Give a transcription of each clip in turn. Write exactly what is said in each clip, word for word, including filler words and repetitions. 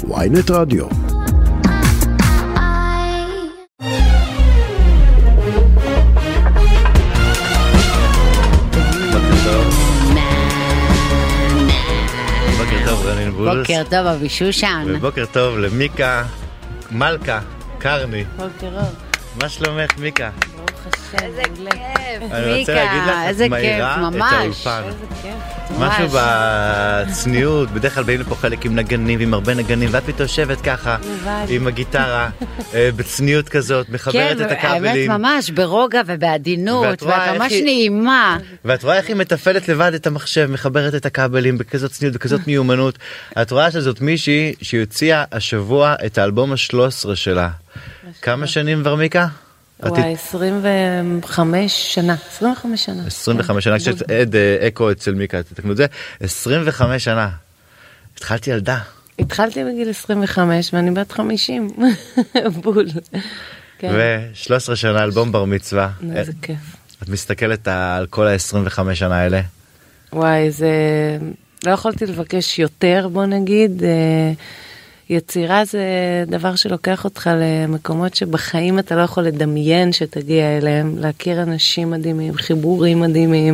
וויינט רדיו. בוקר טוב אבי שושן. ובוקר טוב למיקה מלכה קרני. בוקר טוב. מה שלומך מיקה? ברוך השם. איזה כיף. אני רוצה להגיד לך, את מהירה את האולפן. איזה כיף. משהו בצניעות, בדרך כלל באים לפה חלק עם נגנים, עם הרבה נגנים, ואת פתאום יושבת ככה עם הגיטרה, בצניעות כזאת, מחברת את הכבלים. האמת ממש, ברוגע ובעדינות, ואת ממש נעימה. ואת רואה איך היא מטפלת לבד את המחשב, מחברת את הכבלים בכזאת צניעות, בכזאת מיומנות. את רואה שזאת מישהי שהוציאה השבוע את האלבום ה-שלוש עשרה שלה. כמה שנים כבר מיקה? וואי, עשרים וחמש שנה, עשרים וחמש שנה. עשרים וחמש שנה, כשעד אקו אצל מיקה, תתקנו את זה, עשרים וחמש שנה. התחלתי ילדה. התחלתי בגיל עשרים וחמש, ואני בת חמישים. בול. ו-שלוש עשרה שנה, אלבום בר מצווה. איזה כיף. את מסתכלת על כל ה-עשרים וחמש שנה האלה? וואי, זה... לא יכולתי לבקש יותר, בוא נגיד. יצירה זה דבר שלוקח אותך למקומות שבחיים אתה לא יכול לדמיין שתגיע אליהם, להכיר אנשים מדהימים, חיבורים מדהימים,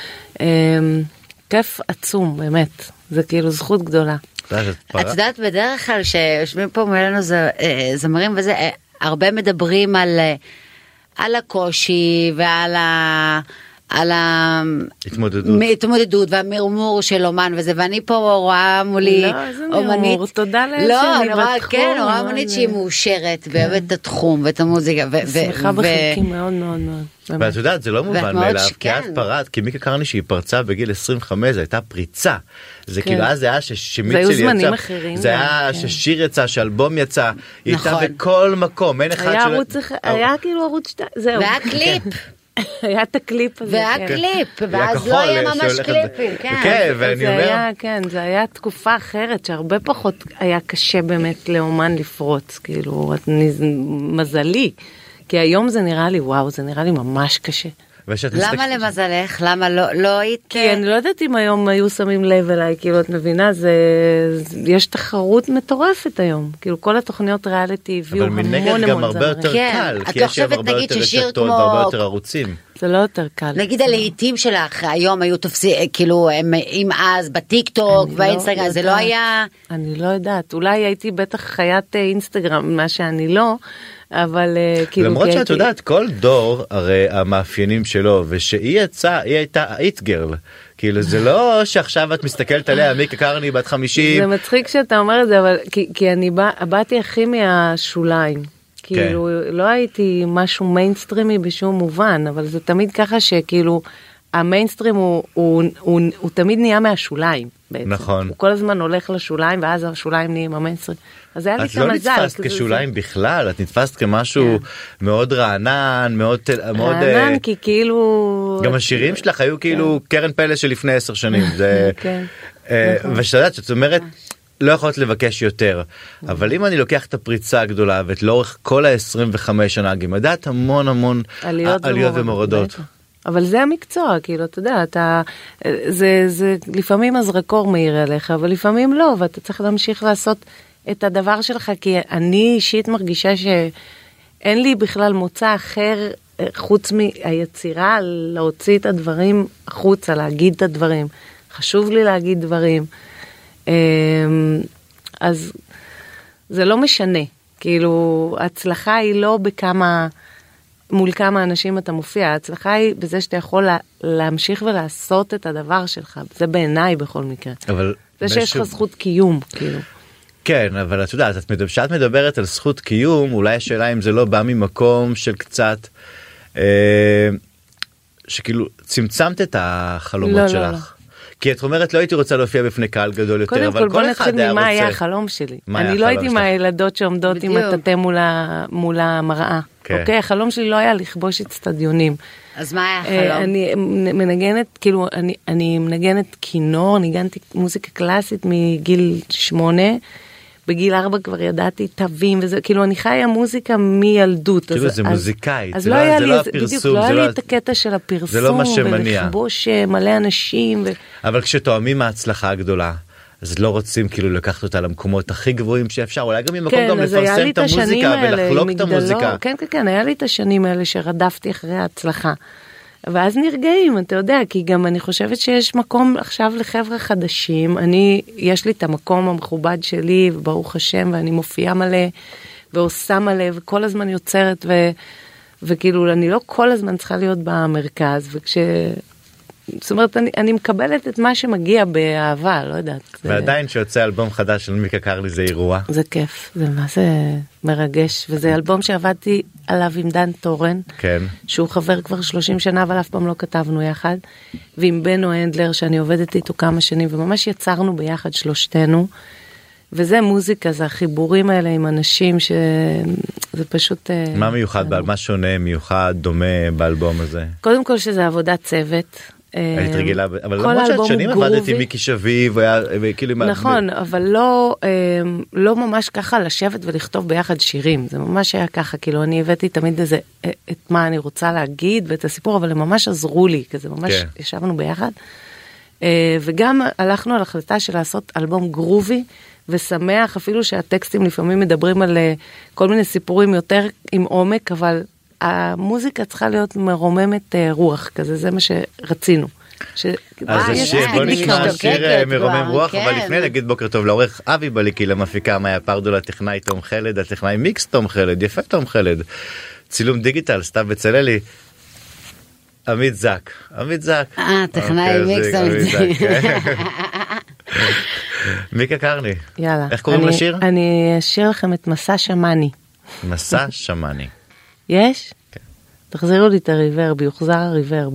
כיף עצום, באמת, זה כאילו זכות גדולה. את יודעת בדרך כלל שיושבים פה מולנו זמרים וזה, הרבה מדברים על, על הקושי ועל ה... על ההתמודדות והמרמור של אומן וזה, ואני פה רואה מולי אומנית, תודה לאל שאני בתחום. כן, רואה אומנית שהיא מאושרת, ואוהבת את התחום ואת המוזיקה. שמחה בחלקים מאוד מאוד מאוד. ואת יודעת, זה לא מובן מאליו, כי את פרעת, כי מיקה קרני שהיא פרצה בגיל עשרים וחמש, זו הייתה פריצה. זה כאילו, אז זה היה ששמיץ שלי יצא. זה היו זמנים אחרים. זה היה ששיר יצא, שאלבום יצא, היא הייתה בכל מקום, אין אחד של... היה כאילו ערוץ שתיים, זהו. והיה קליפ. היה את הקליפ הזה. והיה קליפ, ואז לא היה ממש קליפים, כן. ואני אומר... כן, זה היה תקופה אחרת, שהרבה פחות היה קשה באמת לאומן לפרוץ, כאילו, מזלי. כי היום זה נראה לי, וואו, זה נראה לי ממש קשה. למה למזלך? למה לא היית? כי אני לא יודעת אם היום היו שמים לב אליי, כאילו, את מבינה, יש תחרות מטורפת היום. כאילו, כל התוכניות ריאליטי הביאו המון המון אבל מנגד גם הרבה יותר קל, כי יש הרבה יותר רשתות והרבה יותר ערוצים. זה לא יותר קל. נגיד הלהיטים שלך, היום היו תופסים, כאילו, אם אז בטיק טוק והאינסטגרם, זה לא היה... אני לא יודעת, אולי הייתי בטח חיית אינסטגרם, מה שאני לא, אבל כאילו... למרות שאת יודעת, כל דור, הרי המאפיינים שלו, ושהיא יצאה, היא הייתה איט גרל. כאילו זה לא שעכשיו את מסתכלת עליה, מיקה קרני בת חמישים. זה מצחיק שאתה אומר את זה, אבל כי אני באתי הכי מהשוליים. כאילו לא הייתי משהו מיינסטרימי בשום מובן, אבל זה תמיד ככה שכאילו המיינסטרים הוא, הוא, הוא, הוא תמיד נהיה מהשוליים בעצם. נכון. הוא כל הזמן הולך לשוליים, ואז השוליים נהיים המיינסטרים. אז היה לי את לא נתפסת כשוליים בכלל, את נתפסת כמשהו מאוד רענן, מאוד... רענן כי כאילו... גם השירים שלך היו כאילו קרן פלס של לפני עשר שנים. ושתדעת, שאת אומרת, לא יכולת לבקש יותר. אבל אם אני לוקח את הפריצה הגדולה, ואת לאורך כל ה-עשרים וחמש שנה, גם יודעת המון המון עליות ומורדות. אבל זה המקצוע, כאילו, אתה יודע, אתה, זה, זה, לפעמים הזרקור מאיר אליך, אבל לפעמים לא, ואתה צריך להמשיך לעשות את הדבר שלך, כי אני אישית מרגישה שאין לי בכלל מוצא אחר, חוץ מהיצירה, להוציא את הדברים החוצה, להגיד את הדברים. חשוב לי להגיד דברים. אז זה לא משנה, כאילו, ההצלחה היא לא בכמה... מול כמה אנשים אתה מופיע, ההצלחה היא בזה שאתה יכול לה, להמשיך ולעשות את הדבר שלך, זה בעיניי בכל מקרה. אבל זה שיש לך זכות קיום, כאילו. כן, אבל את יודעת, כשאת מדברת על זכות קיום, אולי השאלה אם זה לא בא ממקום של קצת, אה, שכאילו צמצמת את החלומות לא, שלך. לא, לא. כי את אומרת, לא הייתי רוצה להופיע בפני קהל גדול יותר, אבל כל אחד היה רוצה. קודם כל, בוא נתחיל ממה היה החלום שלי. אני לא הייתי מהילדות שעומדות עם הטאטה מול המראה. אוקיי, החלום שלי לא היה לכבוש אצטדיונים. אז מה היה החלום? אני מנגנת, כאילו, אני מנגנת כינור, ניגנתי מוזיקה קלאסית מגיל שמונה, בגיל ארבע כבר ידעתי תווים וזה, כאילו אני חיה מוזיקה מילדות. כאילו זה מוזיקאית, אז לא היה לי, בדיוק לא היה לי את הקטע של הפרסום, זה לא מה שמניע. ולכבוש מלא אנשים. אבל כשתואמים ההצלחה הגדולה, אז לא רוצים כאילו לקחת אותה למקומות הכי גבוהים שאפשר, אולי גם ממקום גם לפרסם את המוזיקה ולחלוק את המוזיקה. כן, כן, כן, היה לי את השנים האלה שרדפתי אחרי ההצלחה. ואז נרגעים, אתה יודע, כי גם אני חושבת שיש מקום עכשיו לחבר'ה חדשים, אני, יש לי את המקום המכובד שלי, וברוך השם, ואני מופיעה מלא, ועושה מלא, וכל הזמן יוצרת, ו, וכאילו, אני לא כל הזמן צריכה להיות במרכז, וכש... זאת אומרת, אני, אני מקבלת את מה שמגיע באהבה, לא יודעת. ועדיין זה... שיוצא אלבום חדש של מיקה קרלי זה אירוע. זה כיף, זה מה זה מרגש, וזה אלבום שעבדתי עליו עם דן טורן, כן. שהוא חבר כבר שלושים שנה, אבל אף פעם לא כתבנו יחד, ועם בנו הנדלר, שאני עובדת איתו כמה שנים, וממש יצרנו ביחד שלושתנו, וזה מוזיקה, זה החיבורים האלה עם אנשים שזה פשוט... מה מיוחד, מה שונה, מיוחד, דומה באלבום הזה? קודם כל שזה עבודת צוות, היית רגילה, אבל למרות שאת שנים עבדת עם מיקי שביב, נכון, אבל לא לא ממש ככה לשבת ולכתוב ביחד שירים, זה ממש היה ככה, כאילו אני הבאתי תמיד איזה, את מה אני רוצה להגיד ואת הסיפור, אבל הם ממש עזרו לי, כזה ממש ישבנו ביחד, וגם הלכנו על החלטה של לעשות אלבום גרובי ושמח, אפילו שהטקסטים לפעמים מדברים על כל מיני סיפורים יותר עם עומק, אבל המוזיקה צריכה להיות מרוממת רוח, כזה, זה מה שרצינו. אז בוא נשמע שיר מרומם רוח, אבל לפני נגיד בוקר טוב לעורך אבי בליקי, למפיקה מאיה פרדו, לטכנאי תום חלד, לטכנאי מיקס תום חלד, יפה תום חלד, צילום דיגיטל, סתיו בצללי, עמית זק, עמית זק. אה, טכנאי מיקס עמית זק. מיקה קרלי. יאללה. איך קוראים לשיר? אני אשיר לכם את מסע שמני. מסע שמני. יש? כן. תחזירו לי את הריברב, יוחזר הריברב.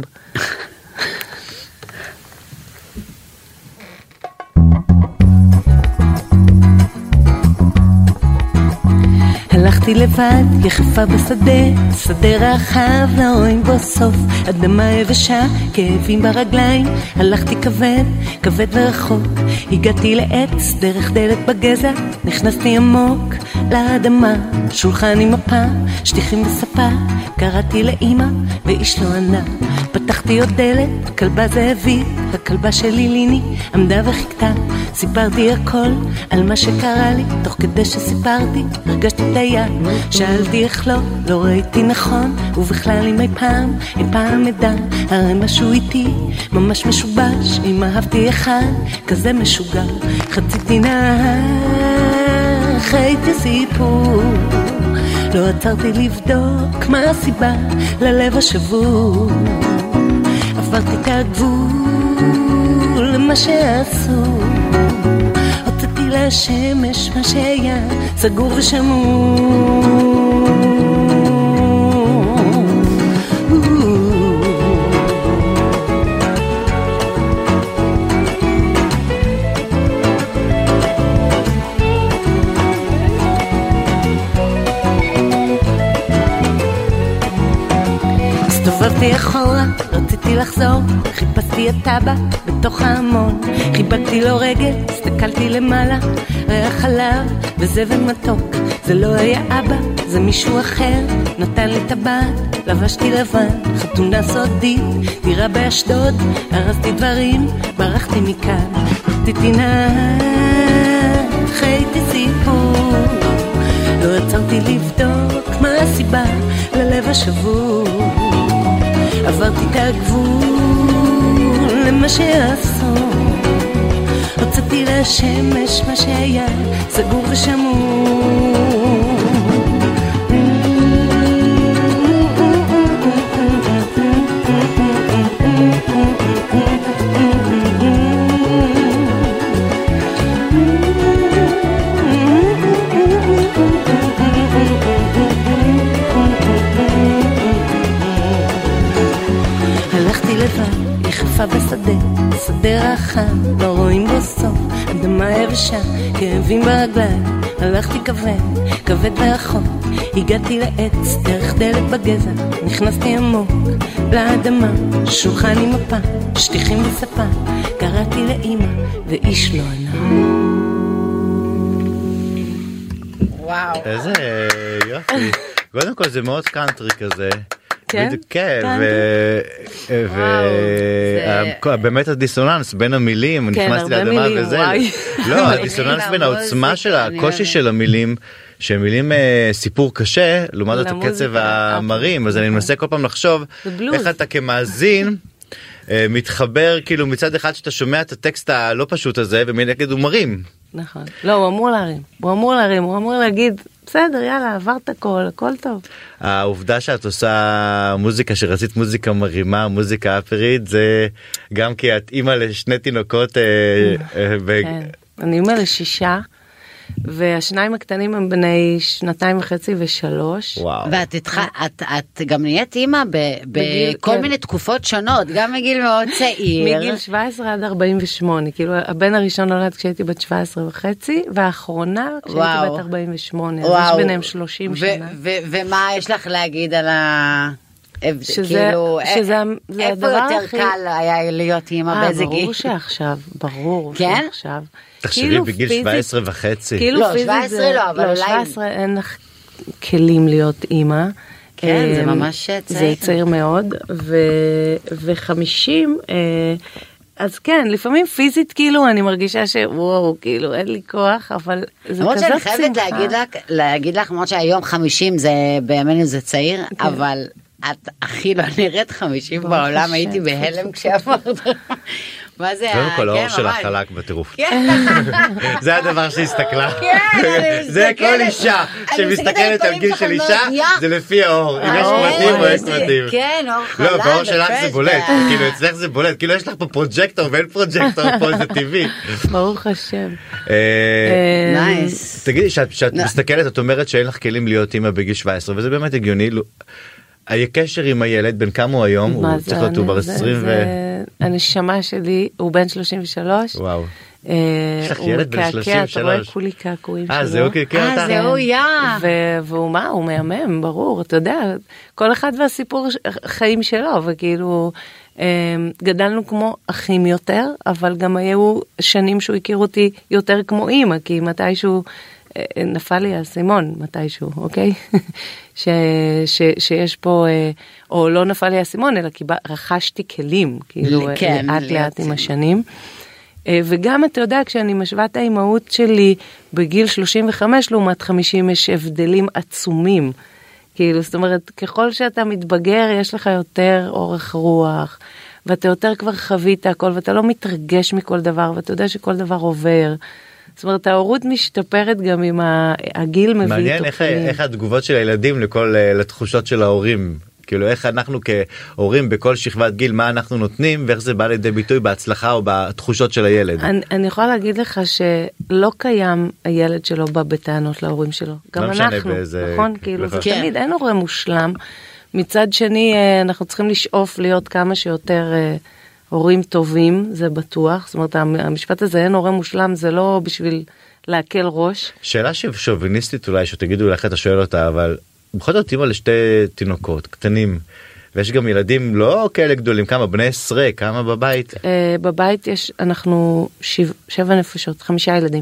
הלכתי לבד, יחפה בשדה, שדה רחב, לא רואים בו סוף, אדמה יבשה, כאבים ברגליים, הלכתי כבד, כבד ורחוק, הגעתי לעץ, דרך דלת בגזע, נכנסתי עמוק לאדמה, שולחן עם מפה, שטיחים וספה, קראתי לאמא, ואיש לא ענה, פתחתי עוד דלת, כלבה זאבית, הכלבה שלי ליני, עמדה וחיכתה, סיפרתי הכל על מה שקרה לי, תוך כדי שסיפרתי, הרגשתי את היד, שאלתי איך לא, לא ראיתי נכון, ובכלל אם אי פעם, אי פעם אדע, הרי משהו איתי, ממש משובש, אם אהבתי אחד, כזה משוגע, חציתי נח, הייתי סיפור, לא עצרתי לבדוק מה הסיבה ללב השבור, עברתי את הגבול למה שעשו, הוצאתי לשמש מה שהיה סגור ושמור, הסתובבתי אחורה, רציתי לחזור, חיפשתי את אבא בתוך ההמון, חיבקתי לו רגל, הסתכלתי למעלה, ריח חלב וזבל מתוק, זה לא היה אבא, זה מישהו אחר, נתן לי טבעת, לבשתי לבן, חתונה סודית, דירה באשדוד, הרסתי דברים, ברחתי מכאן, רציתי נח, הייתי סיפור, לא עצרתי לבדוק מה הסיבה ללב השבור, עברתי את הגבול למה שעשו, הוצאתי לשמש מה שהיה סגור ושמור, יחפה בשדה, שדה רחב, לא רואים בו סוף, אדמה יבשה, כאבים ברגליים, הלכתי כבד, כבד ורחוק, הגעתי לעץ, דרך דלת בגזע, נכנסתי עמוק לאדמה, שולחן עם מפה, שטיחים וספה, קראתי לאמא, ואיש לא ענה. וואו. איזה יופי. קודם כל זה מאוד קאנטרי כזה. כן? כן, ובאמת הדיסוננס בין המילים, נכנסתי לאדמה וזה, לא, הדיסוננס בין העוצמה של הקושי של המילים, שמילים סיפור קשה, לעומת הקצב המרים, אז אני מנסה כל פעם לחשוב, איך אתה כמאזין, מתחבר כאילו מצד אחד שאתה שומע את הטקסט הלא פשוט הזה, ומנגד הוא מרים. נכון. לא, הוא אמור להרים. הוא אמור להרים, הוא אמור להגיד, בסדר, יאללה, עברת הכל, הכל טוב. העובדה שאת עושה מוזיקה, שרצית מוזיקה מרימה, מוזיקה אפרית, זה גם כי את אימא לשני תינוקות. כן, אני אימא לשישה. והשניים הקטנים הם בני שנתיים וחצי ושלוש. וואו. ואת התח... את, את גם נהיית אימא בכל כן. מיני תקופות שונות, גם מגיל מאוד צעיר. מגיל שבע עשרה עד ארבעים ושמונה, כאילו הבן הראשון נולד כשהייתי בת שבע עשרה וחצי, והאחרונה כשהייתי וואו. בת ארבעים ושמונה, וואו. אז יש ביניהם שלושים ו- שנה. ו- ו- ומה יש לך להגיד על ה... שזה, כאילו, שזה, זה איפה יותר הכי... קל היה להיות אימא באיזה גיל? ברור שעכשיו, ברור כן? שעכשיו. תחשבי כאילו בגיל פיזית, שבע עשרה וחצי. כאילו לא, פיזית שבע עשרה זה, לא, אבל לא, אולי... שבע עשרה אין לך כלים להיות אימא. כן, זה ממש צעיר. זה צעיר מאוד, ו, וחמישים... אז כן, לפעמים פיזית כאילו אני מרגישה שוואו, כאילו אין לי כוח, אבל זה כזאת שמחה. למרות שאני חייבת להגיד לך, להגיד לך, למרות שהיום חמישים זה, בימינו זה צעיר, אבל את הכי לא נראית חמישים בעולם, הייתי בהלם כשאמרת. מה זה? קודם כל האור שלך חלק בטירוף. זה הדבר שהסתכלה. זה כל אישה שמסתכלת על גיל של אישה, זה לפי האור. אם יש קמטים או יש קמטים. כן, אור חלק. לא, באור שלך זה בולט. כאילו אצלך זה בולט. כאילו יש לך פה פרוג'קטור ואין פרוג'קטור, פה זה טבעי. ברוך השם. נייס. תגידי, כשאת מסתכלת, את אומרת שאין לך כלים להיות אימא בגיל שבע עשרה, וזה באמת הגיוני. הקשר עם הילד, בין כמה הוא היום? הוא צריך להיות הוא בר עשרים ו... הנשמה שלי, הוא בן שלושים ושלוש. וואו. יש לך ילד בן שלושים ושלוש. אתה רואה כולי קעקועים שלו. אה, זהו קעקע אותך. אה, זהו, יא. והוא מה? הוא מהמם, ברור. אתה יודע, כל אחד והסיפור חיים שלו, וכאילו, גדלנו כמו אחים יותר, אבל גם היו שנים שהוא הכיר אותי יותר כמו אימא, כי מתישהו... נפל לי האסימון מתישהו, אוקיי? ש, ש, שיש פה, או לא נפל לי האסימון, אלא כי רכשתי כלים, כאילו, כן, לאט לאט עם השנים. וגם אתה יודע, כשאני משווה את האימהות שלי בגיל שלושים וחמש לעומת חמישים, יש הבדלים עצומים. כאילו, זאת אומרת, ככל שאתה מתבגר, יש לך יותר אורך רוח, ואתה יותר כבר חווית הכל, ואתה לא מתרגש מכל דבר, ואתה יודע שכל דבר עובר. זאת אומרת, ההורות משתפרת גם עם הגיל מביא איתו. מעניין איך, איך התגובות של הילדים לכל, לתחושות של ההורים. כאילו, איך אנחנו כהורים בכל שכבת גיל, מה אנחנו נותנים, ואיך זה בא לידי ביטוי בהצלחה או בתחושות של הילד. אני, אני יכולה להגיד לך שלא קיים הילד שלו בא בטענות להורים שלו. גם לא אנחנו, באיזה... נכון? כאילו, זה כן. תמיד אין הורה מושלם. מצד שני, אנחנו צריכים לשאוף להיות כמה שיותר... הורים טובים, זה בטוח. זאת אומרת, המשפט הזה, אין הורה מושלם, זה לא בשביל להקל ראש. שאלה שוביניסטית אולי, שתגידו לך, אתה שואל אותה, אבל בכל זאת אימא לשתי תינוקות, קטנים, ויש גם ילדים לא כאלה גדולים, כמה? בני עשרה, כמה בבית? בבית יש, אנחנו שבע נפשות, חמישה ילדים.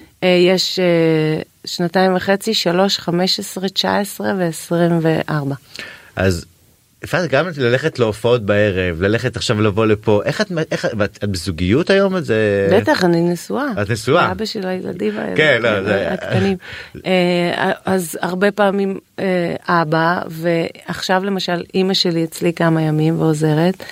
יש שנתיים וחצי, שלוש, חמש עשרה, תשע עשרה ועשרים וארבע. אז... אפשר גם ללכת להופעות בערב, ללכת עכשיו לבוא לפה, איך את, איך, את בזוגיות היום? את זה... בטח, אני נשואה. את נשואה? אבא של הילדים האלה. כן, לא, זה... הקטנים. אז הרבה פעמים אבא, ועכשיו למשל אמא שלי אצלי כמה ימים ועוזרת,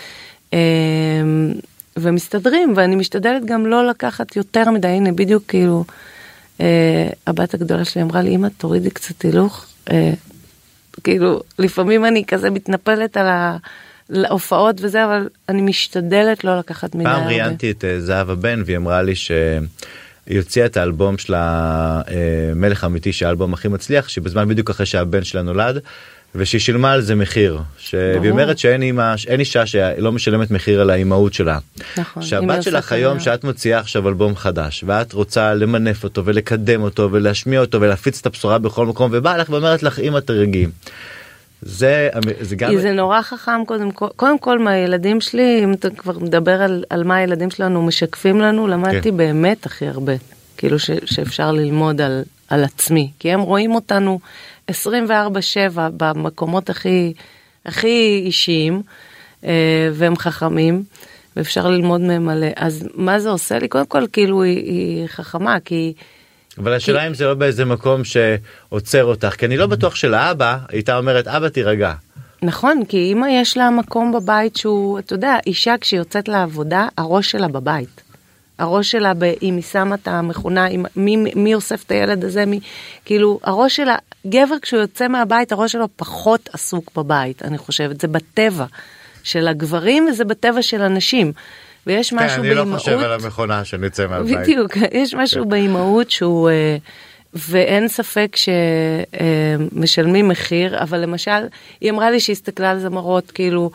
ומסתדרים, ואני משתדלת גם לא לקחת יותר מדי, הנה בדיוק כאילו, הבת הגדולה שלי אמרה לי, אמא תורידי קצת הילוך, כאילו, לפעמים אני כזה מתנפלת על ההופעות וזה, אבל אני משתדלת לא לקחת מדי הרבה. פעם ראיינתי את זהבה בן, והיא אמרה לי שהיא הוציאה את האלבום של המלך האמיתי, שהאלבום הכי מצליח, שבזמן בדיוק אחרי שהבן שלה נולד, ושהיא שילמה על זה מחיר. והיא אומרת שאין אימא, אין אישה שלא משלמת מחיר על האימהות שלה. נכון. שהבת שלך היום, שאת מוציאה עכשיו אלבום חדש, ואת רוצה למנף אותו ולקדם אותו ולהשמיע אותו ולהפיץ את הבשורה בכל מקום, ובאה לך ואומרת לך, אמא תרגי. זה, זה גם... זה נורא חכם קודם כל. קודם כל מהילדים שלי, אם אתה כבר מדבר על, על מה הילדים שלנו משקפים לנו, למדתי כן. באמת הכי הרבה. כאילו ש, שאפשר ללמוד על, על עצמי. כי הם רואים אותנו עשרים וארבע שבע במקומות הכי, הכי אישיים, והם חכמים, ואפשר ללמוד מהם מלא. אז מה זה עושה לי? קודם כל, כאילו, היא, היא חכמה, כי... אבל השאלה אם זה לא באיזה מקום שעוצר אותך, כי אני לא בטוח שלאבא הייתה אומרת, אבא תירגע. נכון, כי אמא יש לה מקום בבית שהוא, אתה יודע, אישה כשהיא יוצאת לעבודה, הראש שלה בבית. הראש שלה, ב, אם היא שמה את המכונה, מי, מי אוסף את הילד הזה, מי, כאילו, הראש שלה, גבר כשהוא יוצא מהבית, הראש שלו פחות עסוק בבית, אני חושבת, זה בטבע של הגברים, וזה בטבע של הנשים. ויש משהו באימהות... אני לא חושב על המכונה שנצא מהבית. בדיוק, יש משהו באימהות שהוא... ואין ספק שמשלמים מחיר, אבל למשל, היא אמרה לי שהסתכלה על זמרות, כאילו,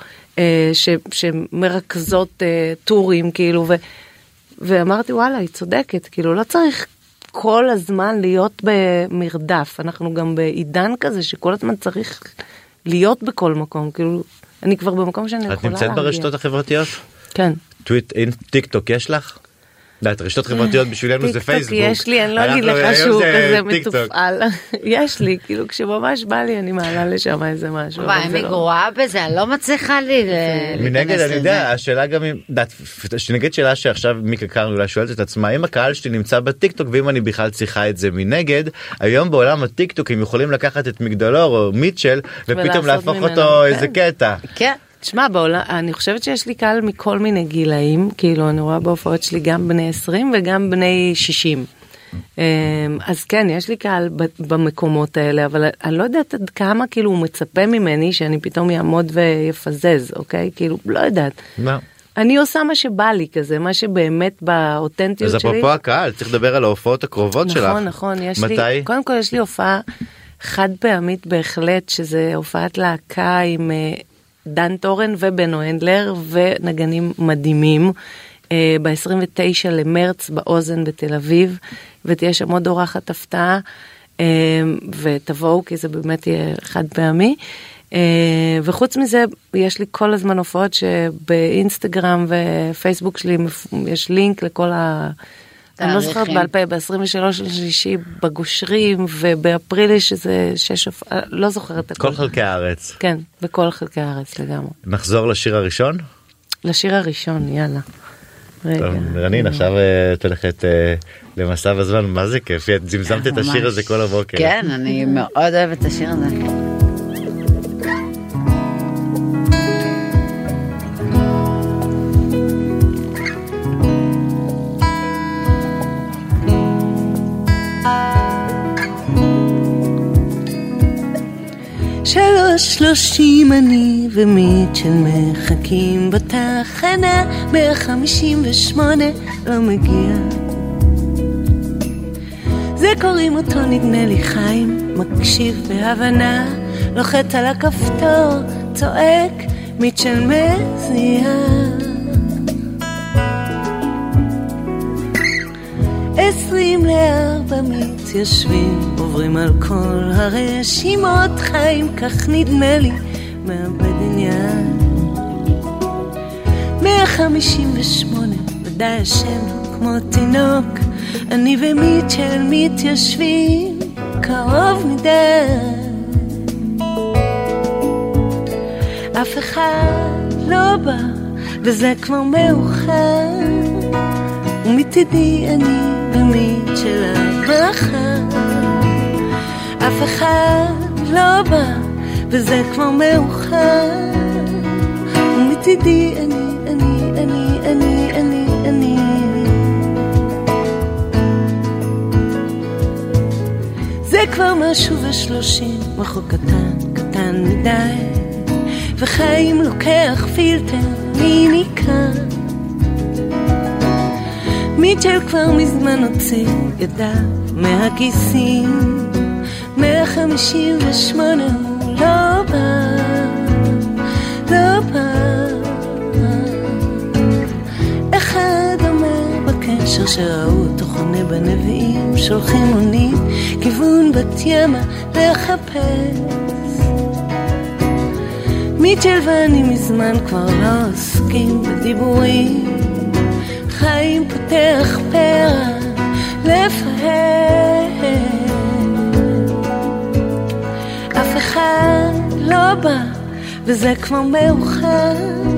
שמרכזות טורים, כאילו, ואמרתי, וואלה, היא צודקת, כאילו, לא צריך כל הזמן להיות במרדף. אנחנו גם בעידן כזה, שכל הזמן צריך להיות בכל מקום, כאילו, אני כבר במקום שאני יכולה להגיע. את נמצאת ברשתות החברתיות? כן. טוויט, טיק טוק יש לך? את רשתות חברתיות בשבילנו זה פייסבוק. טיק טוק יש לי, אני לא אגיד לך שהוא כזה מתופעל. יש לי, כאילו כשממש בא לי אני מעלה לשם איזה משהו. וואי, אני גרועה בזה, אני לא מצליחה לי מנגד, אני יודע, השאלה גם אם, שנגיד שאלה שעכשיו מיקה קרן אולי שואלת את עצמה, אם הקהל שלי נמצא בטיק טוק ואם אני בכלל צריכה את זה מנגד, היום בעולם הטיק טוק הם יכולים לקחת את מגדלור או מיטשל ופתאום להפוך אותו איזה קטע. כן. תשמע, בעולם, אני חושבת שיש לי קהל מכל מיני גילאים, כאילו אני רואה בהופעות שלי גם בני עשרים וגם בני שישים. אז כן, יש לי קהל במקומות האלה, אבל אני לא יודעת עד כמה כאילו הוא מצפה ממני שאני פתאום יעמוד ויפזז, אוקיי? כאילו, לא יודעת. מה? אני עושה מה שבא לי כזה, מה שבאמת באותנטיות שלי. אז אפרופו הקהל, צריך לדבר על ההופעות הקרובות שלך. נכון, נכון, יש לי, מתי? קודם כל יש לי הופעה חד פעמית בהחלט, שזה הופעת להקה עם... דן טורן ובנו הנדלר ונגנים מדהימים ב-עשרים ותשעה למרץ באוזן בתל אביב, ותהיה שם עוד אורחת הפתעה, ותבואו כי זה באמת יהיה חד פעמי. וחוץ מזה יש לי כל הזמן הופעות שבאינסטגרם ופייסבוק שלי יש לינק לכל ה... אני לא זוכרת בעל פה, ב-עשרים ושלוש לשלישי בגושרים, ובאפריל יש איזה שש, לא זוכרת הכל. כל חלקי הארץ. כן, בכל חלקי הארץ לגמרי. נחזור לשיר הראשון? לשיר הראשון, יאללה. טוב, רנין, עכשיו את הולכת למסע בזמן, מה זה כיף? את זמזמת את השיר הזה כל הבוקר. כן, אני מאוד אוהבת את השיר הזה. שלוש שלושים אני ומיטשל מחכים בתחנה, מאה חמישים ושמונה לא מגיע. זה קוראים אותו נדמה לי חיים, מקשיב בהבנה, לוחץ על הכפתור, צועק, מיטשל מזיע. עשרים לארבע מתיישבים, עוברים על כל הרשימות, חיים כך נדמה לי, מאבד עניין. מאה חמישים ושמונה, ודאי השם כמו תינוק, אני ומיטשל מתיישבים קרוב מדי. אף אחד לא בא, וזה כבר מאוחר, ומתידי אני ומיטשל המחר. אף אחד לא בא, וזה כבר מאוחר, ומתידי אני, אני, אני, אני, אני, אני. זה כבר משהו ושלושים, רחוק קטן, קטן מדי, וחיים לוקח פילטר מניקה. מיטשל כבר מזמן הוציא ידה מהכיסים, מאה חמישים ושמונה הוא לא בא, לא בא. אחד אומר בקשר שראו אותו חונה בנביאים, שולחים מונית כיוון בת ימה לחפש. מיטשל ואני מזמן כבר לא עוסקים בדיבורים, חיים פותח פרע לפהד. אף אחד לא בא, וזה כבר מאוחר,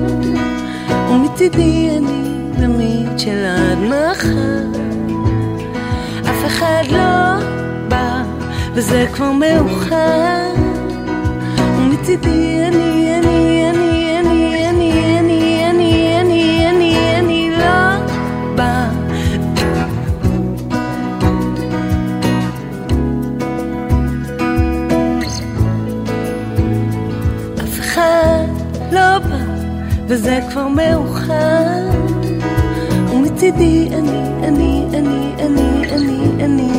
ומצידי אני תמיד של עד מחר. אף אחד לא בא, וזה כבר מאוחר, ומצידי אני, אני, אני, אני, אני, אני, אני, אני, אני, אני לא בא. אף אחד לא בא, וזה כבר מאוחר, ומצידי אני, אני, אני, אני, אני, אני.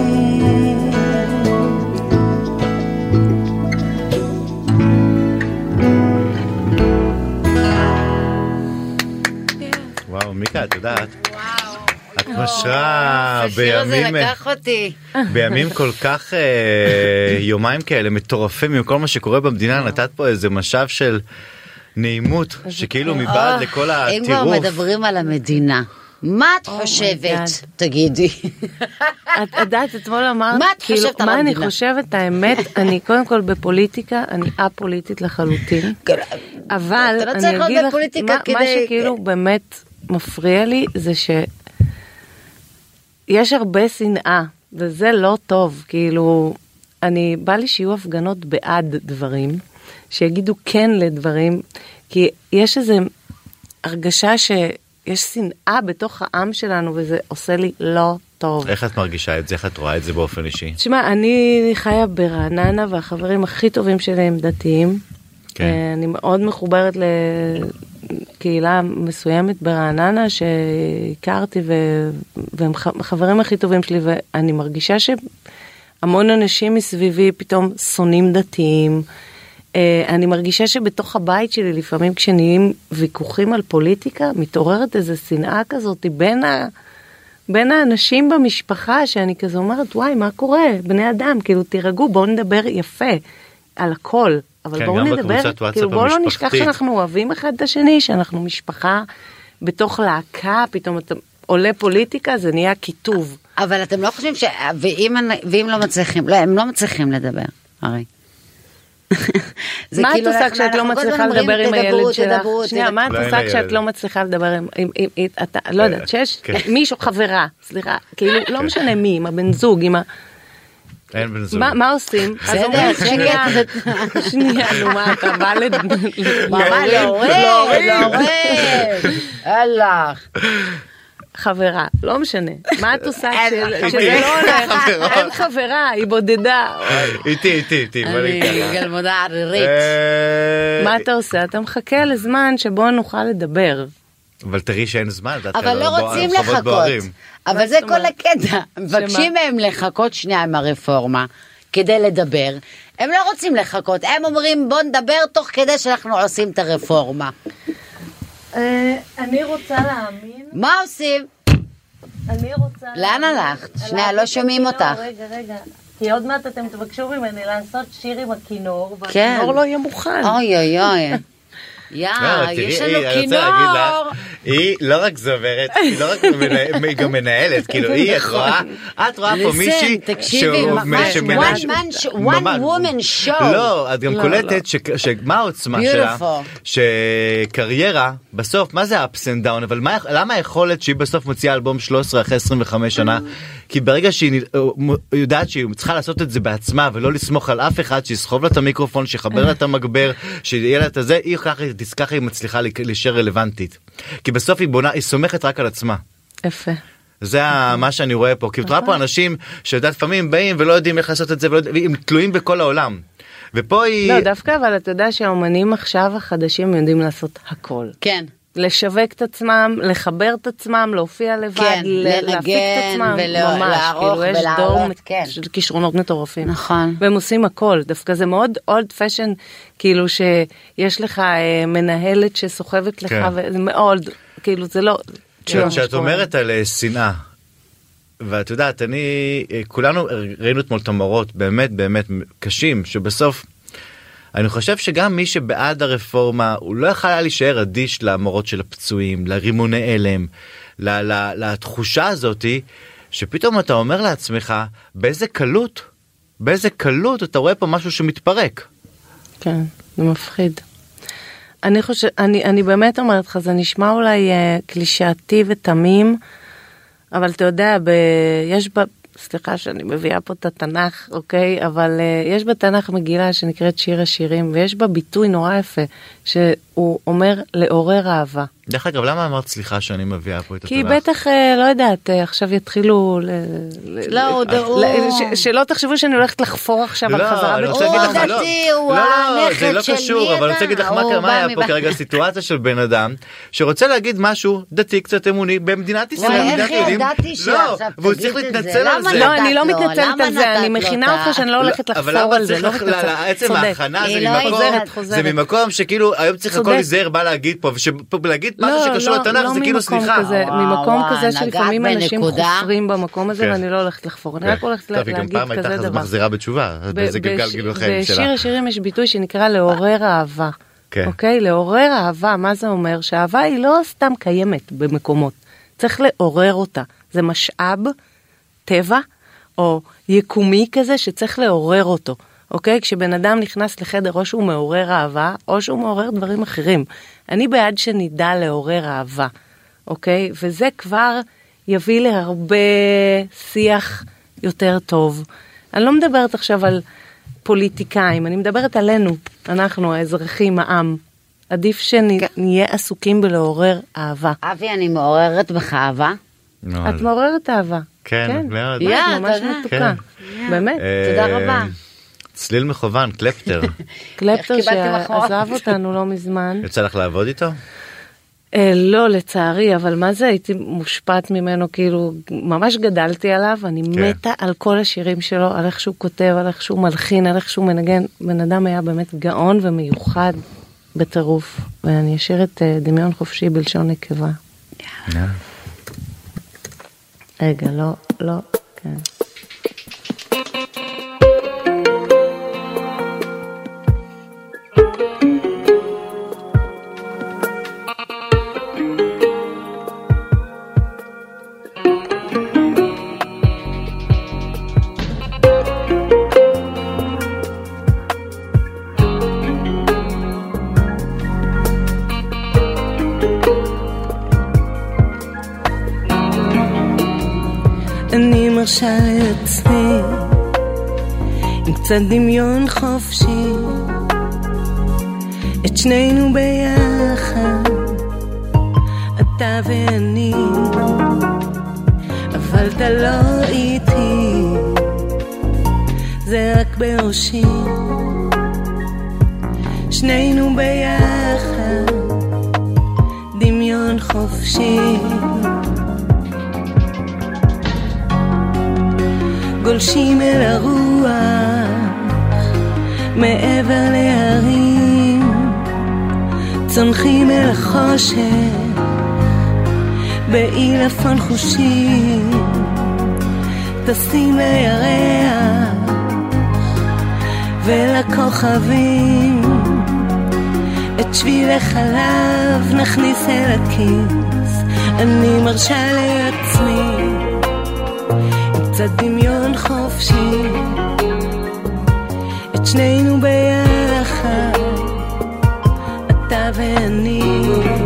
וואו, מיקה, את יודעת, את משרה בימים, בימים כל כך יומיים כאלה מטורפים עם כל מה שקורה במדינה, נתת פה איזה משאב של נעימות, שכאילו מבעד לכל הטירוף. אם כבר מדברים על המדינה, מה את חושבת? תגידי. את יודעת, אתמול אמרת, כאילו, מה אני חושבת, האמת, אני קודם כל בפוליטיקה, אני א-פוליטית לחלוטין, אבל אני אגיד לך, מה שכאילו באמת מפריע לי, זה שיש הרבה שנאה, וזה לא טוב, כאילו, אני, בא לי שיהיו הפגנות בעד דברים, שיגידו כן לדברים, כי יש איזו הרגשה ש... יש שנאה בתוך העם שלנו, וזה עושה לי לא טוב. איך את מרגישה את זה? איך את רואה את זה באופן אישי? תשמע, אני חיה ברעננה, והחברים הכי טובים שלי הם דתיים. כן. אני מאוד מחוברת לקהילה מסוימת ברעננה, שהכרתי, והם חברים הכי טובים שלי, ואני מרגישה שהמון אנשים מסביבי פתאום שונאים דתיים, אני מרגישה שבתוך הבית שלי לפעמים כשנהיים ויכוחים על פוליטיקה, מתעוררת איזו שנאה כזאת בין, ה... בין האנשים במשפחה, שאני כזה אומרת, וואי, מה קורה? בני אדם, כאילו תירגעו, בואו נדבר יפה על הכל, אבל כן, בואו נדבר, כאילו בואו לא נשכח שאנחנו אוהבים אחד את השני, שאנחנו משפחה בתוך להקה, פתאום אתה עולה פוליטיקה, זה נהיה כיתוב. אבל אתם לא חושבים ש... ואם, ואם לא מצליחים, לא, הם לא מצליחים לדבר, הרי. מה את עושה כשאת לא מצליחה לדבר עם הילד שלך? שנייה, מה את עושה כשאת לא מצליחה לדבר עם, לא יודעת, שיש מישהו, חברה, סליחה, כאילו, לא משנה מי, עם הבן זוג, עם ה... אין בן זוג. מה עושים? אז אומרים, שנייה, שנייה, נו, מה, אתה בא לדבר? מה, להורד, להורד, הלך. חברה, לא משנה. מה את עושה שזה לא הולך? אין חברה, היא בודדה. איתי, איתי, איתי. אני גלמודה ערירית. מה אתה עושה? אתה מחכה לזמן שבו נוכל לדבר. אבל תראי שאין זמן. אבל לא רוצים לחכות. אבל זה כל הקטע. מבקשים מהם לחכות שנייה עם הרפורמה, כדי לדבר. הם לא רוצים לחכות. הם אומרים בוא נדבר תוך כדי שאנחנו עושים את הרפורמה. אני רוצה להאמין. מה עושים? אני רוצה... לאן הלכת? שנייה, לא שומעים אותך. רגע, רגע. כי עוד מעט אתם תבקשו ממני לעשות שיר עם הכינור, והכינור לא יהיה מוכן. אוי אוי אוי. יא, יש לנו כינור. היא לא רק זוברת, היא לא רק היא גם מנהלת, כאילו היא, את רואה, את רואה פה מישהי one woman show. לא, את גם קולטת שמה העוצמה שלה, שקריירה, בסוף, מה זה ups and down, אבל למה היכולת שהיא בסוף מוציאה אלבום שלוש עשרה אחרי עשרים וחמש שנה, כי ברגע שהיא יודעת שהיא צריכה לעשות את זה בעצמה, ולא לסמוך על אף אחד, שיסחוב לה את המיקרופון, שיחבר לה את המגבר, שיהיה לה את זה, היא ככה היא מצליחה להישאר רלוונטית. כי בסוף היא בונה, היא סומכת רק על עצמה. יפה. זה מה שאני רואה פה. כי תראה פה אנשים שיודעת לפעמים באים ולא יודעים איך לעשות את זה, והם תלויים בכל העולם. ופה היא... לא, דווקא, אבל אתה יודע שהאומנים עכשיו החדשים יודעים לעשות הכל. כן. לשווק את עצמם, לחבר את עצמם, להופיע לבד, כן, להפיק את עצמם, ממש, כאילו יש דור של כישרונות מטורפים. נכון. והם עושים הכל, דווקא זה מאוד אולד פשן, כאילו שיש לך מנהלת שסוחבת לך, וזה מאוד, כאילו זה לא... כשאת אומרת על שנאה, ואת יודעת, אני, כולנו ראינו אתמול את המראות באמת באמת קשים, שבסוף, אני חושב שגם מי שבעד הרפורמה, הוא לא יכול היה להישאר אדיש למורות של הפצועים, לרימוני אלם, לתחושה הזאת, שפתאום אתה אומר לעצמך, באיזה קלות, באיזה קלות אתה רואה פה משהו שמתפרק. כן, זה מפחיד. אני חושב, אני, אני באמת אומרת לך, זה נשמע אולי uh, קלישאתי ותמים, אבל אתה יודע, ב, יש ב... סליחה שאני מביאה פה את התנ"ך, אוקיי? אבל uh, יש בתנ"ך מגילה שנקראת שיר השירים, ויש בה ביטוי נורא יפה, שהוא אומר לעורר אהבה. דרך אגב, למה אמרת סליחה שאני מביאה פה את התנ"ך? כי בטח, לא יודעת, עכשיו יתחילו... לא, שלא תחשבו שאני הולכת לחפור עכשיו על חזרה. הוא דתי, הוא הנכד שלי. זה לא קשור, אבל אני רוצה להגיד לך מה היה פה כרגע סיטואציה של בן אדם, שרוצה להגיד משהו דתי, קצת אמוני, במדינת ישראל. איך ידעתי שעכשיו תגיד את זה? למה לא, אני לא מתנצלת על זה, אני מכינה אותך שאני לא הולכת לחפור על זה. עצם ההכנה זה ממקום שכאילו היום צריך הכל להיזהר בא להגיד פה, ולהגיד משהו שקשור לתנ"ך זה כאילו סליחה. ממקום כזה שלפעמים אנשים חופרים במקום הזה ואני לא הולכת לחפור, אני רק הולכת להגיד כזה דבר. פעם הייתה אז מחזירה בתשובה, זה גלגל גילו החיים שלה. בשיר השירים יש ביטוי שנקרא לעורר אהבה. אוקיי? לעורר אהבה, מה זה אומר? שהאהבה היא לא סתם קיימת במקומות, צריך לעורר אותה. זה משאב טבע או יקומי כזה שצריך לעורר אותו. אוקיי? כשבן אדם נכנס לחדר או שהוא מעורר אהבה או שהוא מעורר דברים אחרים. אני בעד שנדע לעורר אהבה. אוקיי? וזה כבר יביא להרבה שיח יותר טוב. אני לא מדברת עכשיו על פוליטיקאים, אני מדברת עלינו, אנחנו האזרחים, העם. עדיף שנהיה עסוקים בלעורר אהבה. אבי, אני מעוררת בך אהבה. את מעוררת אהבה. כן, מאוד. את ממש מתוקה. באמת, תודה רבה. צליל מכוון, קלפטר. קלפטר שעזב אותנו לא מזמן. יוצא לך לעבוד איתו? לא, לצערי, אבל מה זה? הייתי מושפעת ממנו, כאילו, ממש גדלתי עליו, אני מתה על כל השירים שלו, על איך שהוא כותב, על איך שהוא מלחין, על איך שהוא מנגן. בן אדם היה באמת גאון ומיוחד בטירוף, ואני אשאיר את דמיון חופשי בלשון נקבה. רגע, לא, לא, כן. אני מרשה לעצמי עם קצת דמיון חופשי את שנינו ביחד, אתה ואני, אבל אתה לא איתי, זה רק בראשי, שנינו ביחד, דמיון חופשי, גולשים אל הרוח מעבר להרים, צונחים אל החושך בעילפון חושים, טסים לירח ולכוכבים, את שביל החלב נכניס אל הכיס, אני מרשה לעצמי קצת דמיון חופשי, את שנינו ביחד, אתה ואני,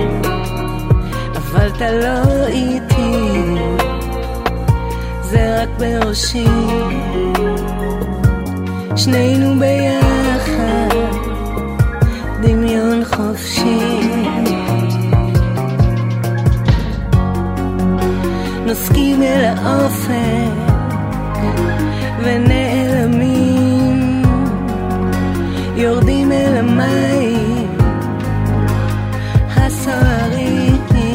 אבל אתה לא איתי, זה רק בראשי, שנינו ביחד, דמיון חופשי, נוסקים אל האופק ונעלמים, יורדים אל המים הסוערים,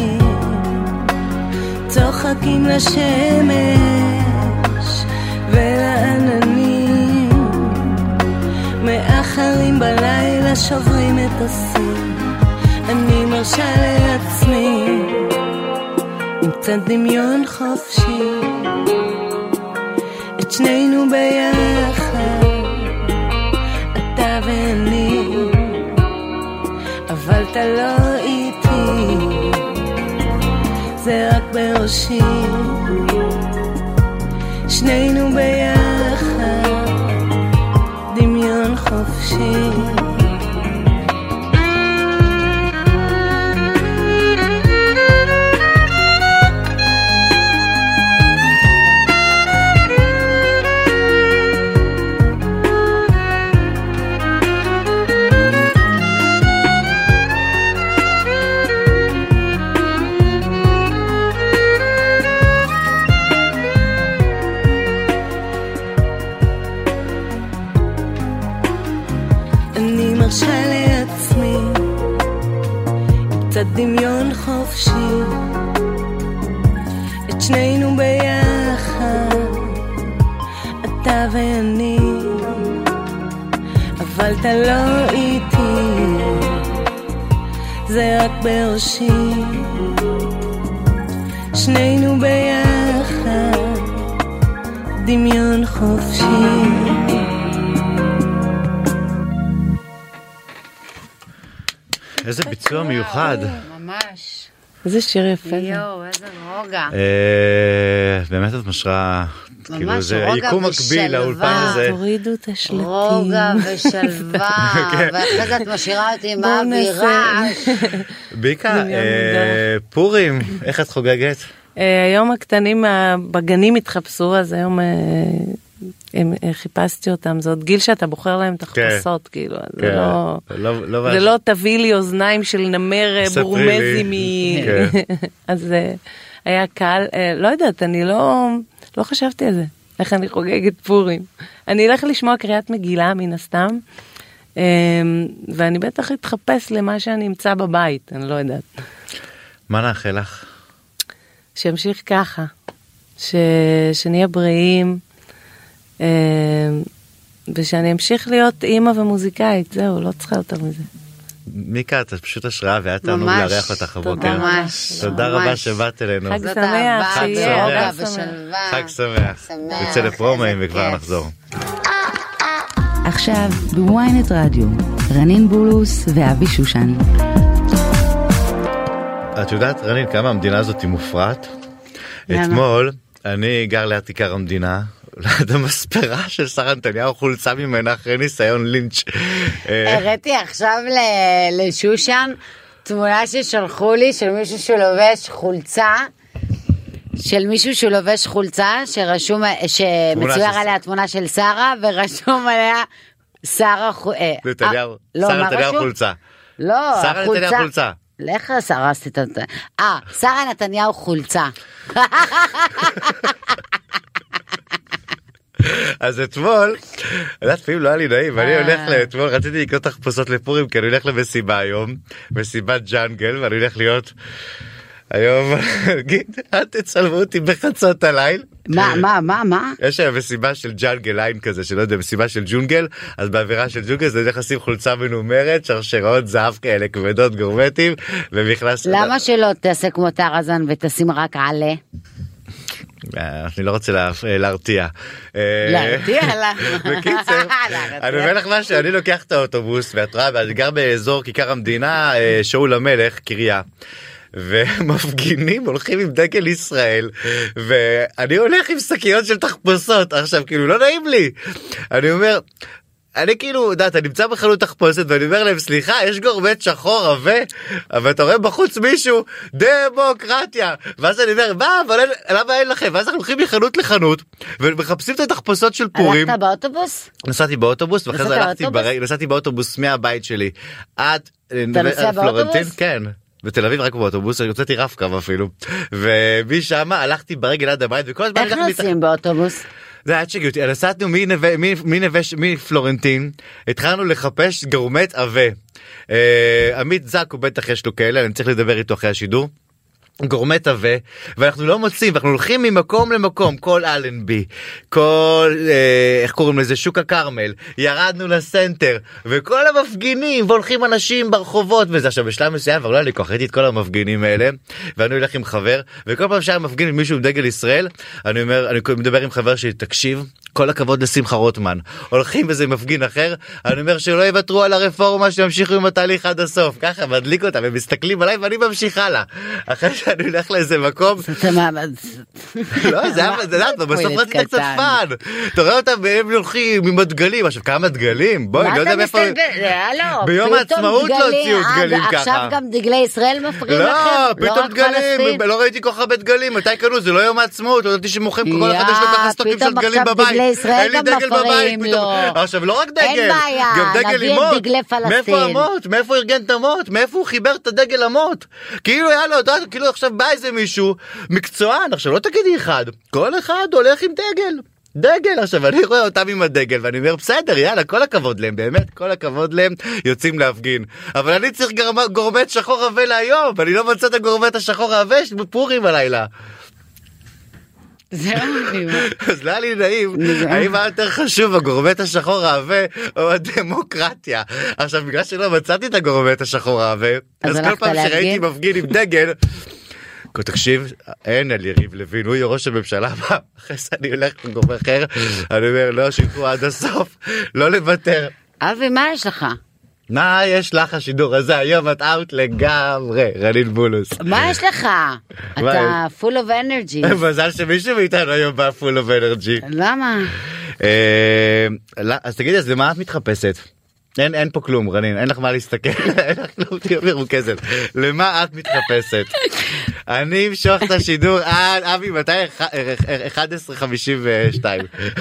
צוחקים לשמש ולעננים, מאחרים בלילה שוברים את הסיר, אני מרשה לעצמי עם קצת דמיון חופשי, את שנינו ביחד, אתה ואני, אבל אתה לא איתי, זה רק בראשי, שנינו ביחד, דמיון חופשי. מרשה לעצמי עם קצת דמיון חופשי את שנינו ביחד, אתה ואני, אבל אתה לא איתי, זה רק בראשי, שנינו ביחד, דמיון חופשי. איזה ביצוע מיוחד. ממש. איזה שיר יפה זה. יואו, איזה רוגע. באמת את משרה, כאילו זה יקום מקביל לאולפן הזה. תורידו את השלטים. רוגע ושלווה, ואחרי זה את משאירה אותי עם האווירה. ביקה, פורים, איך את חוגגת? היום הקטנים בגנים התחפשו, אז היום חיפשתי אותם, זה עוד גיל שאתה בוחר להם תחפושות, כאילו, זה לא תביא לי אוזניים של נמר בורמזי, אז היה קל, לא יודעת, אני לא חשבתי על זה, איך אני חוגגת פורים. אני אלך לשמוע קריאת מגילה מן הסתם, ואני בטח אתחפש למה שאני אמצא בבית, אני לא יודעת. מה נאחל לך? שימשיך ככה, שנהיה בריאים, ושאני אמשיך להיות אימא ומוזיקאית, זהו, לא צריכה יותר מזה. מיקה, את פשוט השראה, ואת תענוג לארח אותך הבוקר. ממש. תודה רבה שבאת אלינו. חג שמח, שיהיה רוגע ושלווה. חג שמח. נצא לפרומיים וכבר נחזור. עכשיו בוויינט רדיו, רנין בולוס ואבי שושן. את יודעת, רנין, כמה המדינה הזאת היא מופרעת? אתמול, אני גר ליד כיכר המדינה, ליד המספרה של שרה נתניהו, חולצה ממנה אחרי ניסיון לינץ'. הראיתי עכשיו לשושן תמונה ששלחו לי של מישהו שלובש חולצה, של מישהו שלובש חולצה, שרשום, שמצויר עליה תמונה של שרה, ורשום עליה שרה נתניהו, שרה נתניהו חולצה. לא, שרה נתניהו חולצה. לך שרה עשית את זה. אה, שרה נתניהו חולצה. אז אתמול, יודעת, פעמים לא היה לי נעים, ואני הולך לאתמול, רציתי לקנות תחפושות לפורים, כי אני הולך למסיבה היום, מסיבת ג'אנגל, ואני הולך להיות היום, גיד, אל תצלמו אותי בחצות הליל. מה, מה, מה, מה? יש היום מסיבה של ג'אנגל ליין כזה, שלא יודע, מסיבה של ג'ונגל, אז באווירה של ג'ונגל זה הולך לשים חולצה מנומרת, שרשראות זהב כאלה, כבדות גורמטים, ומכנס... למה שלא תעשה כמו טרזן ותשים רק עלה? אני לא רוצה להרתיע. להרתיע? בקיצר, אני אומר לך משהו, אני לוקח את האוטובוס, ואת רואה, ואני גר באזור כיכר המדינה, שאול המלך, קריה. ומפגינים הולכים עם דגל ישראל, ואני הולך עם שקיות של תחפושות. עכשיו, כאילו, לא נעים לי. אני אומר... אני כאילו, יודעת, אני נמצא בחנות תחפושת ואני אומר להם, סליחה, יש גורמט שחור עבה, אבל אתה רואה בחוץ מישהו, דמוקרטיה. ואז אני אומר, מה, אבל למה אין לכם? ואז אנחנו הולכים מחנות לחנות, ומחפשים את התחפושות של פורים. הלכת באוטובוס? נסעתי באוטובוס, ואחרי זה הלכתי ברגע, נסעתי באוטובוס מהבית שלי. עד... אתה נוסע באוטובוס? כן. בתל אביב רק באוטובוס, אני יוצאתי רף קו אפילו. ומשם הלכתי ברגל עד הבית, וכל הזמן... איך נוסעים באוטובוס? זה היה צ'יגי אותי, נסענו מפלורנטין, התחלנו לחפש גורמט עבה. עמית זק הוא בטח יש לו כאלה, אני צריך לדבר איתו אחרי השידור. גורמט עבה, ואנחנו לא מוצאים, ואנחנו הולכים ממקום למקום, כל אלנבי, כל, אה, איך קוראים לזה, שוק הקרמל, ירדנו לסנטר, וכל המפגינים, והולכים אנשים ברחובות, וזה עכשיו בשלב מסוים, אבל לא לי כוח, ראיתי את כל המפגינים האלה, ואני הולך עם חבר, וכל פעם שהיה מפגין עם מישהו עם דגל ישראל, אני אומר, אני מדבר עם חבר שלי, תקשיב, כל הכבוד לשמחה רוטמן, הולכים וזה מפגין אחר, אני אומר שלא יוותרו על הרפורמה, שימשיכו עם התהליך עד הסוף, ככה מדליק אותם, הם מסתכלים עליי ואני ממשיך הלאה, אחרי שאני הולך לאיזה מקום, לא, זה היה, זה היה, בסוף רציתי קצת פן, אתה רואה אותם והם הולכים עם הדגלים, עכשיו כמה דגלים, בואי, לא יודע מאיפה, ביום העצמאות לא הוציאו דגלים ככה, עכשיו גם דגלי ישראל מפריעים לכם, לא, פתאום דגלים, לא ראיתי כל כך הרבה דגלים, מתי קנו, זה לא יום העצמאות, לא יודעתי שמוכרים, כל אחד יש לו ככה סטוקים של דגלים בבית, אין לי דגל בבית, עכשיו לא רק דגל, גם דגל עם מוט, מאיפה המוט, מאיפה ארגן את המוט, מאיפה הוא חיבר את הדגל המוט, כאילו היה לו, כאילו עכשיו בא איזה מישהו מקצוען, עכשיו לא תגידי אחד, כל אחד הולך עם דגל, דגל. עכשיו אני רואה אותם עם הדגל ואני אומר בסדר יאללה כל הכבוד להם באמת כל הכבוד להם יוצאים להפגין אבל אני צריך גורמט שחור עבה להיום ואני לא מצא את הגורמט השחור העבה בפורים הלילה. זה מדהים. אז לא היה לי נעים, האם היה יותר חשוב הגורמט השחור העבה או הדמוקרטיה? עכשיו בגלל שלא מצאתי את הגורמט השחור העבה אז כל פעם שראיתי מפגין עם דגל תקשיב, אין על יריב לוין, הוא יהיה ראש הממשלה, אחרי זה אני הולך לגורם אחר, אני אומר, לא, שיקרו עד הסוף, לא לוותר. אבי, מה יש לך? מה יש לך השידור הזה? היום את אאוט לגמרי, רנין בולוס. מה יש לך? אתה full of energy. מזל שמישהו מאיתנו היום בא full of energy. למה? אז תגידי, אז למה את מתחפשת? אין, אין פה כלום, רנין, אין לך מה להסתכל, אין לך כלום, תהיה מרוכזת. למה את מתחפשת? אני אמשוך את השידור עד, אבי, מתי? אחת עשרה חמישים ושתיים.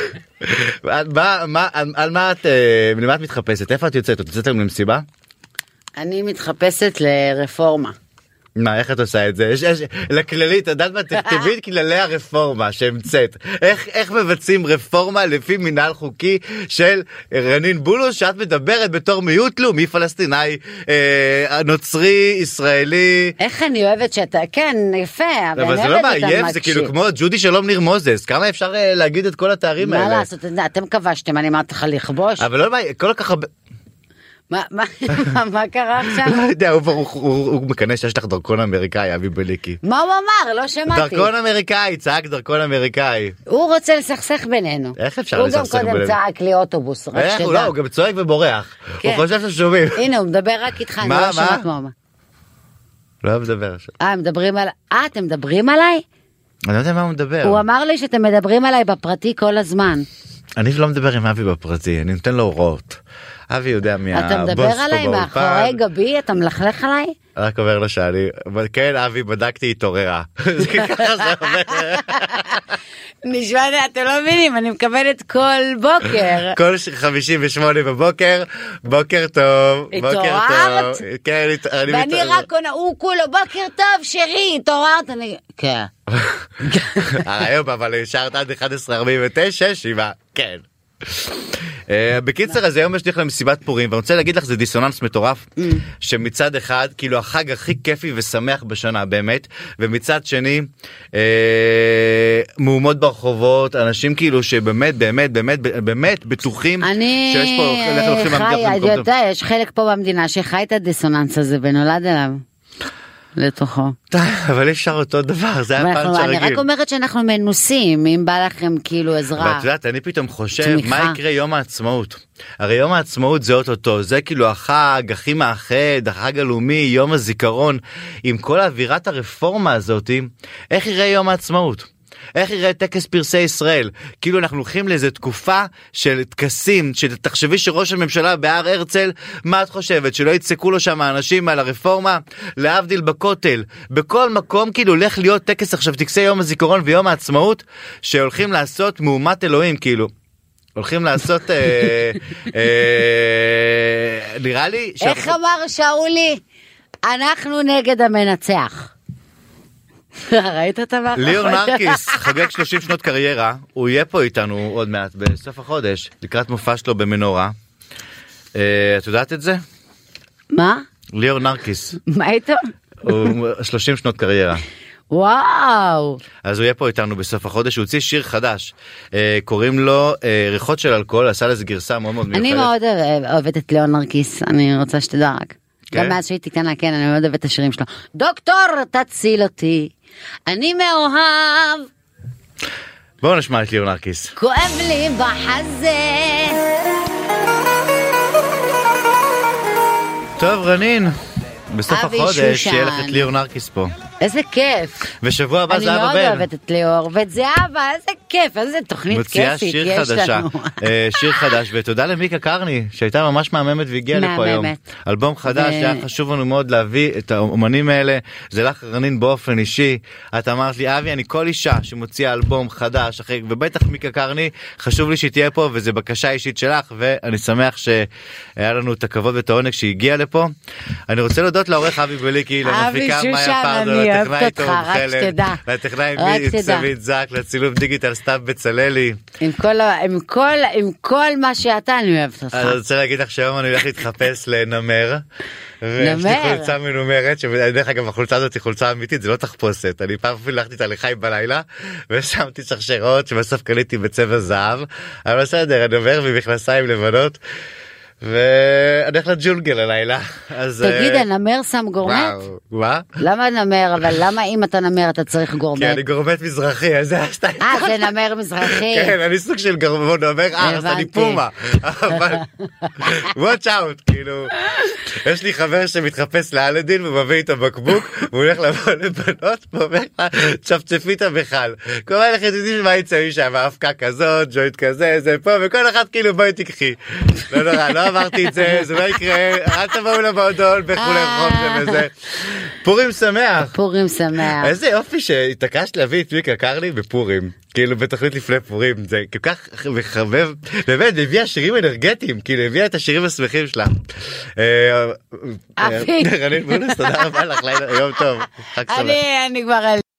על מה את, למה את מתחפשת? איפה את יוצאת? את יוצאת היום למסיבה? אני מתחפשת לרפורמה. מה, איך את עושה את זה? יש, יש, לכללית, את יודעת מה, תכתבי את כללי הרפורמה שהמצאת. איך, איך מבצעים רפורמה לפי מנהל חוקי של רנין בולוס, שאת מדברת בתור מיעוט לאומי פלסטיני, אה, נוצרי, ישראלי. איך אני אוהבת שאתה, כן, יפה, אבל זה לא מעייף, זה כאילו כמו ג'ודי שלום ניר מוזס, כמה אפשר להגיד את כל התארים האלה? מה לעשות, אתם כבשתם, אני אמרת לך לכבוש. אבל לא מעייף, כל כך הרבה... מה, מה, מה קרה עכשיו? לא יודע, הוא מקנה שיש לך דרכון אמריקאי, אבי בליקי. מה הוא אמר? לא שמעתי. דרכון אמריקאי, צעק דרכון אמריקאי. הוא רוצה לסכסך בינינו. איך אפשר לסכסך בינינו? הוא גם קודם צעק לי אוטובוס, רק שתדע. לא, הוא גם צועק ובורח. הוא חושב ששומעים. הנה, הוא מדבר רק איתך, אני לא שומעת מה. לא מדבר עכשיו. אה, מדברים עליי? אה, אתם מדברים עליי? אני לא יודע מה הוא מדבר. הוא אמר לי שאתם מדברים עליי בפרטי כל הזמן. אני לא מדבר עם אבי בפרטי, אני נותן לו הוראות. אבי יודע מי הבוס פה באולפן. אתה מדבר עליי מאחורי גבי, אתה מלכלך עליי? רק אומר לו שאני, כן אבי בדקתי התעוררה. ככה זה אומר. נשמע לי, אתם לא מבינים, אני מקבלת כל בוקר. כל חמישים ושמונה בבוקר, בוקר טוב, בוקר טוב. התעוררת? כן, אני מתעוררת. ואני רק עונה, הוא כולו, בוקר טוב שרי, התעוררת? אני... כן. היום אבל השארת עד אחת עשרה ארבעים ותשע, שבעה, כן. בקיצר, אז היום יש לך למסיבת פורים, ואני רוצה להגיד לך, זה דיסוננס מטורף, שמצד אחד, כאילו החג הכי כיפי ושמח בשנה, באמת, ומצד שני, מהומות ברחובות, אנשים כאילו שבאמת, באמת, באמת, באמת בטוחים, שיש פה, אני חי, יודע, יש חלק פה במדינה שחי את הדיסוננס הזה ונולד אליו. לתוכו. אבל אפשר אותו דבר, זה היה פעם שרגיל. אני רק אומרת שאנחנו מנוסים, אם בא לכם כאילו עזרה. ואת יודעת, אני פתאום חושב, מה יקרה יום העצמאות? הרי יום העצמאות זה אותו, זה כאילו החג הכי מאחד, החג הלאומי, יום הזיכרון, עם כל האווירת הרפורמה הזאת, איך יראה יום העצמאות? איך יראה טקס פרסי ישראל? כאילו אנחנו הולכים לאיזו תקופה של טקסים, שתחשבי שראש הממשלה בהר הרצל, מה את חושבת? שלא יצקו לו שם האנשים על הרפורמה? להבדיל בכותל, בכל מקום כאילו הולך להיות טקס עכשיו, טקסי יום הזיכרון ויום העצמאות, שהולכים לעשות מהומת אלוהים כאילו. הולכים לעשות, אה, אה, נראה לי... איך אמר שאולי? אנחנו נגד המנצח. ראית את המחר? ליאור נרקיס חגג שלושים שנות קריירה, הוא יהיה פה איתנו עוד מעט בסוף החודש, לקראת מופע שלו במנורה. את יודעת את זה? מה? ליאור נרקיס. מה איתו? הוא שלושים שנות קריירה. וואו. אז הוא יהיה פה איתנו בסוף החודש, הוא הוציא שיר חדש, קוראים לו ריחות של אלכוהול, עשה לזה גרסה מאוד מאוד מיוחדת. אני מאוד אוהבת את ליאור נרקיס, אני רוצה שתדע רק. גם מאז שהייתי כאן, כן, אני מאוד אוהבת את השירים שלו. דוקטור, תציל אותי, אני מאוהב. בואו נשמע את ליאור נרקיס. כואב לי בחזה. טוב, רנין, בסוף החודש יהיה לך את ליאור נרקיס פה. איזה כיף. ושבוע הבא זהבה בן. אני מאוד אוהבת את ליאור, ואת זהבה, איזה כיף, איזה תוכנית כיפית יש לנו. שיר חדש, ותודה למיקה קרני, שהייתה ממש מהממת והגיעה לפה היום. אלבום חדש, היה חשוב לנו מאוד להביא את האומנים האלה, זה לך רנין באופן אישי, את אמרת לי, אבי, אני כל אישה שמוציאה אלבום חדש, ובטח מיקה קרני, חשוב לי שהיא תהיה פה, וזו בקשה אישית שלך, ואני שמח שהיה לנו את הכבוד ואת העונג שהגיע לפה. אני רוצה להודות לעורך אבי בליקי, למפיקה מאיה פרדו, אני אוהבת אותך, רק שתדע. לטכנאי צמית זק, לצילום דיגיטל סתיו בצללי. עם כל מה שאתה, אני אוהבת אותך. אני רוצה להגיד לך שהיום אני הולך להתחפש לנמר. ויש לי חולצה מנומרת, שדרך אגב החולצה הזאת היא חולצה אמיתית, זה לא תחפושת. אני פעם אפילו הלכתי איתה לחי בלילה, ושמתי שרשרות שבסוף קניתי בצבע זהב, אבל בסדר, אני עובר ממכנסיים לבנות, ואני הולך לג'ונגל הלילה. תגיד, הנמר שם גורמט? מה? למה נמר? אבל למה אם אתה נמר אתה צריך גורמט? כי אני גורמט מזרחי, אז זה הסטייל. אה, זה נמר מזרחי. כן, אני סוג של גורמט, נמר, אה, אז אני פומה. אבל, watch out, כאילו, יש לי חבר שמתחפש לאלדין, והוא מביא איתו בקבוק, והוא הולך לבוא לבנות, והוא אומר לה, צ'פצפי את המכל. כלומר, לך יודעים מה יצא משם, האבקה כזאת, ג'וינט כזה, זה פה, וכל אחד כאילו בואי תקחי. לא נורא, לא עברתי את זה, זה לא יקרה, אל תבואו למועדון, בכו לרחוב זה וזה. פורים שמח. פורים שמח. איזה יופי שהתעקשת להביא את מיקה קרלי בפורים. כאילו בתוכנית לפני פורים, זה כל כך מחבב, באמת, הביאה שירים אנרגטיים, כאילו הביאה את השירים השמחים שלה. אבי. רנין בולוס, תודה רבה לך, יום טוב. אני כבר...